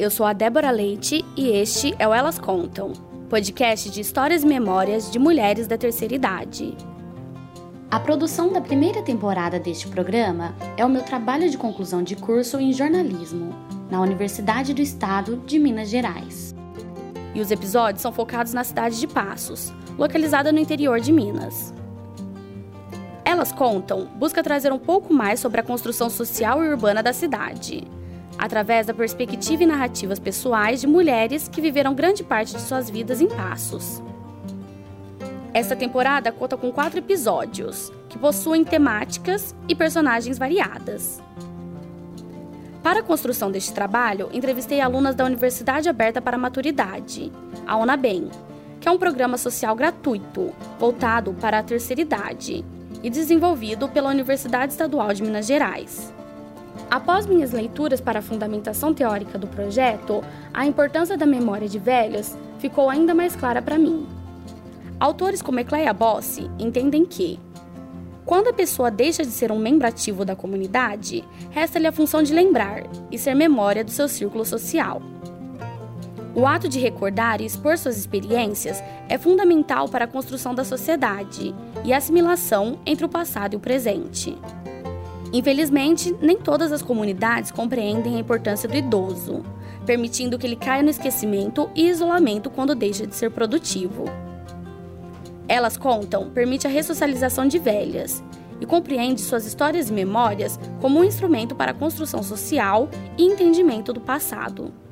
eu sou a Débora Leite e este é o Elas Contam, podcast de histórias e memórias de mulheres da terceira idade. A produção da primeira temporada deste programa é o meu trabalho de conclusão de curso em jornalismo, na Universidade do Estado de Minas Gerais. E os episódios são focados na cidade de Passos, localizada no interior de Minas. Elas Contam busca trazer um pouco mais sobre a construção social e urbana da cidade, através da perspectiva e narrativas pessoais de mulheres que viveram grande parte de suas vidas em Passos. Esta temporada conta com 4 episódios, que possuem temáticas e personagens variadas. Para a construção deste trabalho, entrevistei alunas da Universidade Aberta para a Maturidade, a UNABEM, que é um programa social gratuito, voltado para a terceira idade, e desenvolvido pela Universidade Estadual de Minas Gerais. Após minhas leituras para a fundamentação teórica do projeto, a importância da memória de velhos ficou ainda mais clara para mim. Autores como Ecleia Bossi entendem que, quando a pessoa deixa de ser um membro ativo da comunidade, resta-lhe a função de lembrar e ser memória do seu círculo social. O ato de recordar e expor suas experiências é fundamental para a construção da sociedade e a assimilação entre o passado e o presente. Infelizmente, nem todas as comunidades compreendem a importância do idoso, permitindo que ele caia no esquecimento e isolamento quando deixa de ser produtivo. Elas Contam permite a ressocialização de velhas e compreende suas histórias e memórias como um instrumento para a construção social e entendimento do passado.